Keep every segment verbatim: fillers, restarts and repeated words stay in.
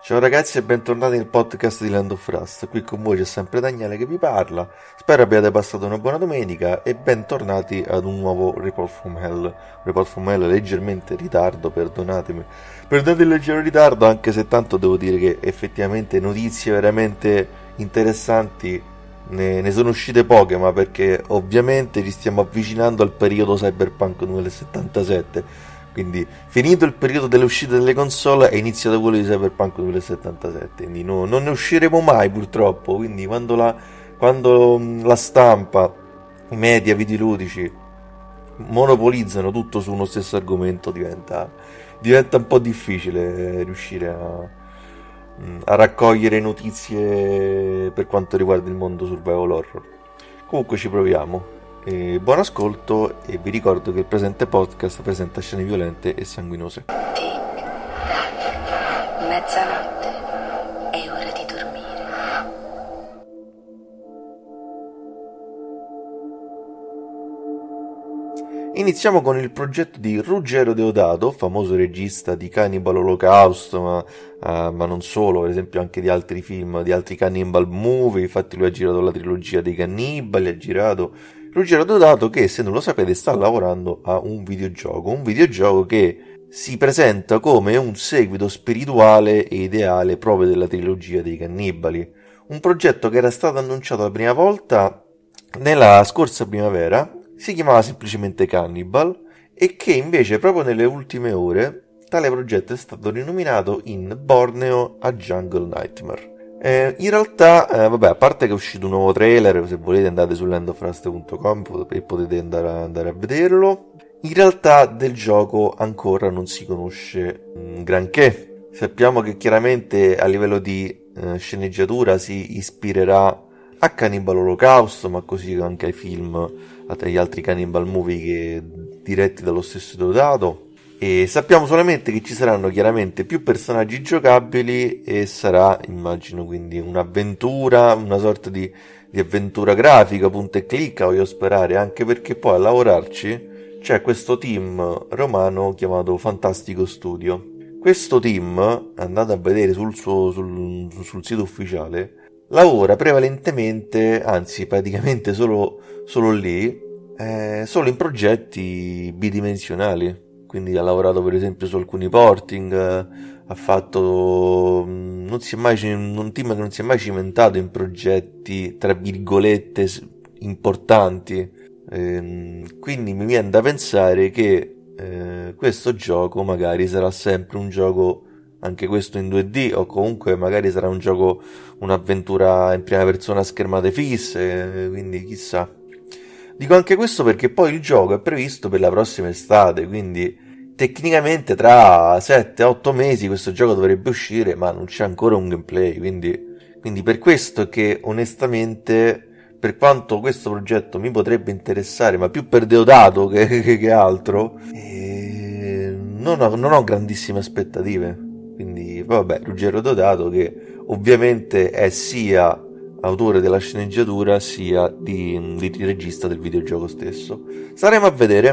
Ciao ragazzi e bentornati nel podcast di Land of Rust. Qui con voi c'è sempre Daniele che vi parla. Spero abbiate passato una buona domenica e bentornati ad un nuovo Report from Hell. Report from Hell leggermente in ritardo, perdonatemi. Perdonate il leggero ritardo, anche se tanto devo dire che effettivamente notizie veramente interessanti ne, ne sono uscite poche, ma perché ovviamente ci stiamo avvicinando al periodo Cyberpunk duemilasettantasette. Quindi finito il periodo delle uscite delle console è iniziato quello di Cyberpunk duemilasettantasette, quindi no, non ne usciremo mai purtroppo. Quindi quando la, quando la stampa, i media videoludici monopolizzano tutto su uno stesso argomento diventa, diventa un po' difficile riuscire a, a raccogliere notizie per quanto riguarda il mondo survival horror. Comunque ci proviamo. E buon ascolto e vi ricordo che il presente podcast presenta scene violente e sanguinose. Tic tac, mezzanotte, è ora di dormire. Iniziamo con il progetto di Ruggero Deodato, famoso regista di Cannibal Holocaust, ma, uh, ma non solo, per esempio anche di altri film, di altri Cannibal movie. Infatti lui ha girato la trilogia dei Cannibali, ha girato Ruggero Deodato che, se non lo sapete, sta lavorando a un videogioco, un videogioco che si presenta come un seguito spirituale e ideale proprio della trilogia dei Cannibali. Un progetto che era stato annunciato la prima volta nella scorsa primavera, si chiamava semplicemente Cannibal, e che invece proprio nelle ultime ore tale progetto è stato rinominato in Borneo a Jungle Nightmare. Eh, in realtà, eh, vabbè, a parte che è uscito un nuovo trailer, se volete andate su land of rust punto com e potete andare a, andare a vederlo. In realtà del gioco ancora non si conosce mh, granché. Sappiamo che chiaramente a livello di eh, sceneggiatura si ispirerà a Cannibal Holocaust, ma così anche ai film, agli altri Cannibal movie che, diretti dallo stesso Deodato. E sappiamo solamente che ci saranno chiaramente più personaggi giocabili e sarà, immagino, quindi un'avventura, una sorta di, di avventura grafica, punta e clicca, voglio sperare, anche perché poi a lavorarci c'è questo team romano chiamato Fantastico Studio. Questo team, andate a vedere sul suo sul, sul sito ufficiale, lavora prevalentemente, anzi praticamente solo, solo lì, eh, solo in progetti bidimensionali. Quindi ha lavorato per esempio su alcuni porting, ha fatto, non si è mai, un team che non si è mai cimentato in progetti tra virgolette importanti, ehm, quindi mi viene da pensare che eh, questo gioco magari sarà sempre un gioco, anche questo in due D, o comunque magari sarà un gioco, un'avventura in prima persona a schermate fisse, quindi chissà. Dico anche questo perché poi il gioco è previsto per la prossima estate, quindi tecnicamente tra sette otto mesi questo gioco dovrebbe uscire, ma non c'è ancora un gameplay, quindi, quindi per questo che onestamente, per quanto questo progetto mi potrebbe interessare, ma più per Deodato che, che, che altro, eh, non, ho, non ho grandissime aspettative. Quindi vabbè, Ruggero Deodato che ovviamente è sia autore della sceneggiatura sia di, di, di regista del videogioco stesso. Staremo a vedere.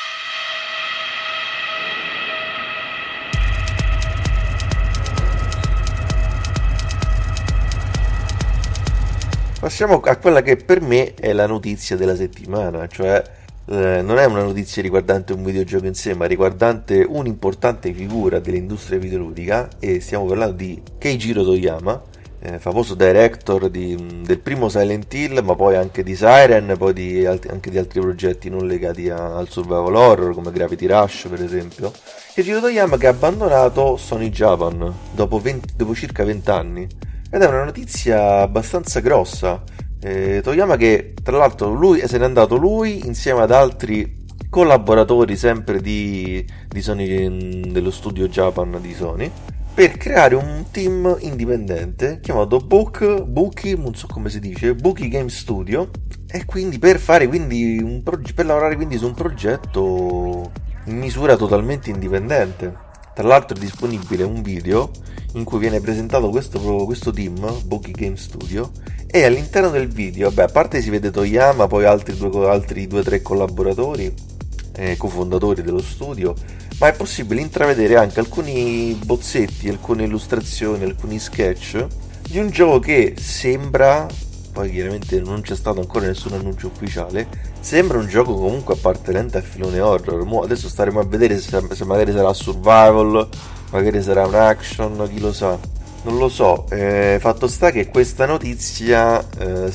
Passiamo a quella che per me è la notizia della settimana, cioè eh, non è una notizia riguardante un videogioco in sé, ma riguardante un'importante figura dell'industria videoludica, e stiamo parlando di Keijiro Toyama, Eh, famoso director di, del primo Silent Hill, ma poi anche di Siren, poi di alt- anche di altri progetti non legati a, al survival horror come Gravity Rush per esempio. Keijiro Toyama che ha abbandonato Sony Japan dopo, venti, dopo circa venti anni, ed è una notizia abbastanza grossa. eh, Toyama che tra l'altro lui se n'è andato lui insieme ad altri collaboratori sempre di, di Sony, dello studio Japan di Sony, per creare un team indipendente chiamato Book, Buki, non so come si dice, Buki Game Studio, e quindi per fare quindi un proge- per lavorare quindi su un progetto in misura totalmente indipendente. Tra l'altro è disponibile un video in cui viene presentato questo, questo team, Buki Game Studio, e all'interno del video, beh, a parte si vede Toyama, poi altri due, altri due tre collaboratori, eh, cofondatori dello studio, ma è possibile intravedere anche alcuni bozzetti, alcune illustrazioni, alcuni sketch di un gioco che sembra, poi chiaramente non c'è stato ancora nessun annuncio ufficiale, sembra un gioco comunque appartenente al filone horror. Mo adesso staremo a vedere se, se magari sarà survival, magari sarà un action, chi lo sa. Non lo so, eh, fatto sta che questa notizia eh,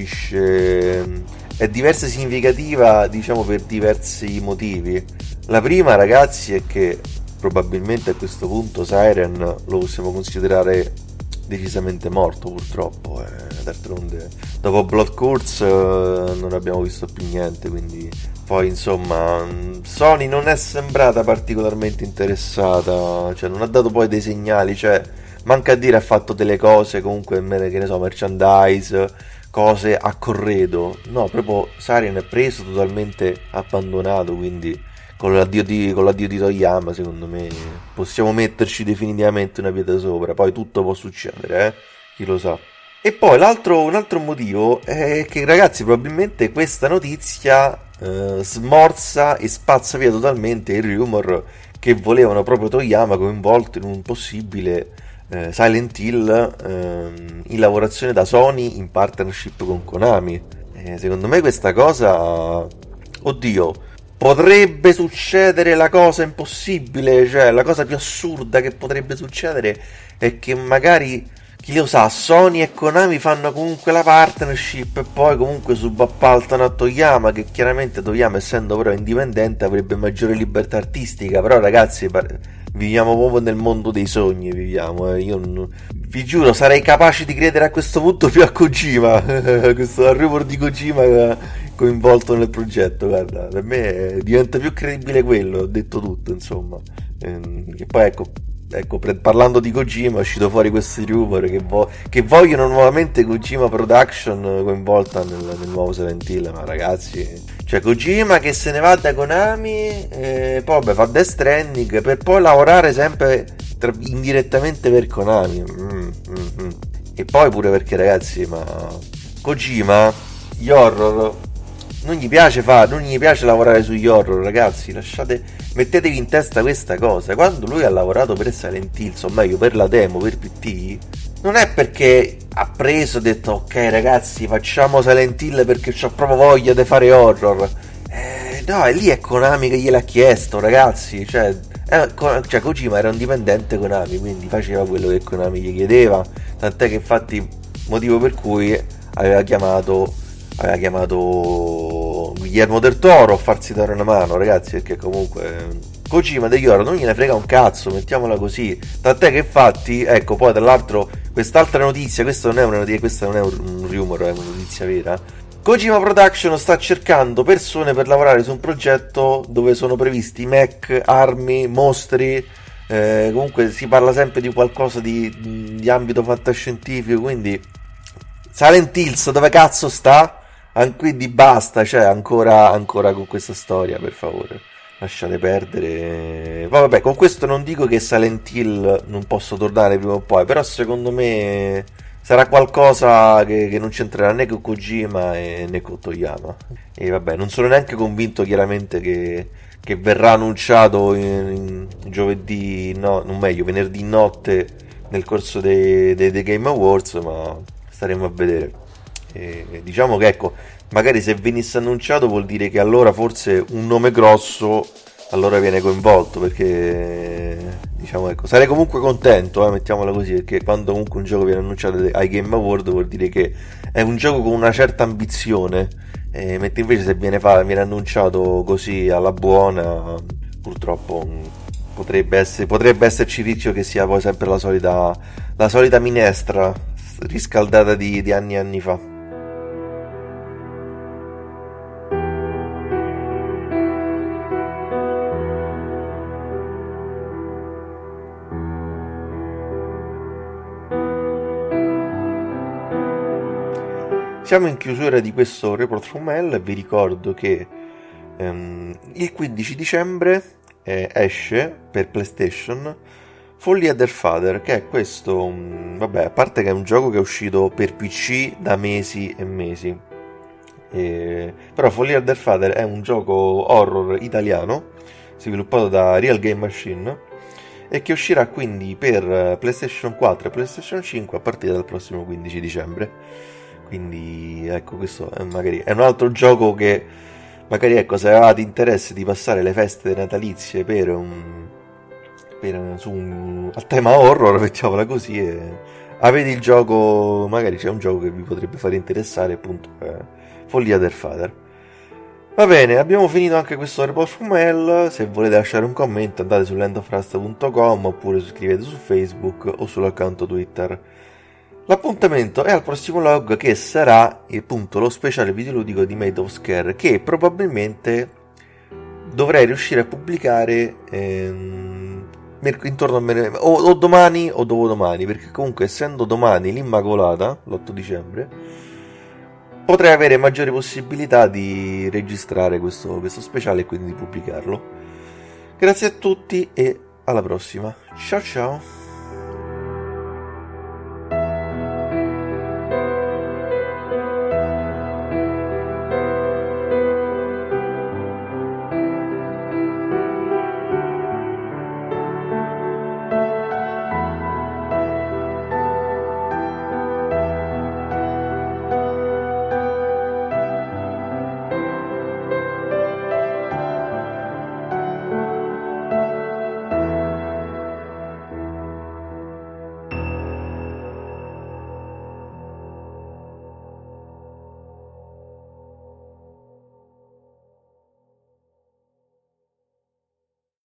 sancisce, è diversa e significativa, diciamo, per diversi motivi. La prima, ragazzi, è che probabilmente a questo punto Siren lo possiamo considerare decisamente morto, purtroppo. Eh, d'altronde dopo Blood Curse eh, non abbiamo visto più niente, quindi poi insomma Sony non è sembrata particolarmente interessata, cioè non ha dato poi dei segnali, cioè manca a dire ha fatto delle cose comunque, che ne so, merchandise, cose a corredo. No, proprio Siren è preso, totalmente abbandonato, quindi con l'addio di, con l'addio di Toyama secondo me possiamo metterci definitivamente una pietra sopra. Poi tutto può succedere, eh? Chi lo sa. E poi l'altro, un altro motivo è che, ragazzi, probabilmente questa notizia eh, smorza e spazza via totalmente il rumor che volevano proprio Toyama coinvolto in un possibile eh, Silent Hill eh, in lavorazione da Sony in partnership con Konami. Eh, secondo me questa cosa, oddio, potrebbe succedere la cosa impossibile, cioè la cosa più assurda che potrebbe succedere è che magari, chi lo sa, Sony e Konami fanno comunque la partnership e poi comunque subappaltano a Toyama, che chiaramente Toyama, essendo però indipendente, avrebbe maggiore libertà artistica. Però ragazzi, viviamo proprio nel mondo dei sogni, viviamo, eh. Io non, vi giuro, sarei capace di credere a questo punto più a Kojima, questo al rumor di Kojima coinvolto nel progetto. Guarda, per me diventa più credibile quello, ho detto tutto, insomma. Ehm, che poi ecco, ecco, parlando di Kojima è uscito fuori questi rumor che, vo- che vogliono nuovamente Kojima Production coinvolta nel, nel nuovo Silent Hill. Ma ragazzi, cioè Kojima che se ne va da Konami, eh, poi vabbè, fa Death Stranding per poi lavorare sempre tra- indirettamente per Konami. mm, mm, mm. E poi pure perché, ragazzi, ma Kojima gli horror non gli piace fare, non gli piace lavorare sugli horror, ragazzi. Lasciate, mettetevi in testa questa cosa. Quando lui ha lavorato per Silent Hill, o meglio per la demo, per P T, non è perché ha preso e detto ok ragazzi facciamo Silent Hill perché c'ho proprio voglia di fare horror. Eh, no, e lì è Konami che gliel'ha chiesto, ragazzi. Cioè, eh, cioè Kojima era un dipendente Konami, quindi faceva quello che Konami gli chiedeva. Tant'è che infatti motivo per cui aveva chiamato aveva chiamato Guillermo del Toro a farsi dare una mano, ragazzi, perché comunque Kojima degli horror non gliene frega un cazzo, mettiamola così. Tant'è che infatti, ecco, poi tra l'altro quest'altra notizia, questa non è una notizia, questa non è un rumor, è una notizia vera. Kojima Production sta cercando persone per lavorare su un progetto dove sono previsti mech, armi, mostri, eh, comunque si parla sempre di qualcosa di, di ambito fantascientifico, quindi Silent Hills dove cazzo sta? Quindi basta, cioè ancora, ancora con questa storia, per favore, lasciate perdere. Ma vabbè, con questo non dico che Silent Hill non posso tornare prima o poi, però secondo me sarà qualcosa che, che non c'entrerà né con Kojima e né con Toyama. E vabbè, non sono neanche convinto chiaramente che, che verrà annunciato in, in giovedì, no, non meglio, venerdì notte nel corso dei, dei, dei Game Awards, ma staremo a vedere. E diciamo che ecco, magari se venisse annunciato vuol dire che allora forse un nome grosso allora viene coinvolto, perché diciamo, ecco, sarei comunque contento, eh, mettiamola così, perché quando comunque un gioco viene annunciato ai Game Award vuol dire che è un gioco con una certa ambizione, e mentre invece se viene, fa- viene annunciato così alla buona, purtroppo potrebbe, essere, potrebbe esserci il rischio che sia poi sempre la solita, la solita minestra riscaldata di, di anni e anni fa. Siamo in chiusura di questo Report from Hell e vi ricordo che um, il quindici dicembre eh, esce per PlayStation Folly and Their Father, che è questo, um, vabbè, a parte che è un gioco che è uscito per P C da mesi e mesi, E... però Follia del Father è un gioco horror italiano sviluppato da Real Game Machine e che uscirà quindi per PlayStation quattro e PlayStation cinque a partire dal prossimo quindici dicembre. Quindi ecco, questo è magari è un altro gioco che magari, ecco, se avevate interesse di passare le feste natalizie per un, per, su un, a tema horror, mettiamola così, e avete il gioco, magari c'è un gioco che vi potrebbe fare interessare, appunto, eh, Follia del Father. Va bene, abbiamo finito anche questo report from hell. Se volete lasciare un commento andate su land of rust punto com oppure scrivete su Facebook o sull'account Twitter. L'appuntamento è al prossimo log, che sarà appunto lo speciale videoludico di Made of Scare, che probabilmente dovrei riuscire a pubblicare ehm, intorno a me, o, o domani o dopodomani, perché comunque essendo domani l'Immacolata, l'otto dicembre, potrei avere maggiori possibilità di registrare questo, questo speciale e quindi di pubblicarlo. Grazie a tutti e alla prossima. Ciao ciao!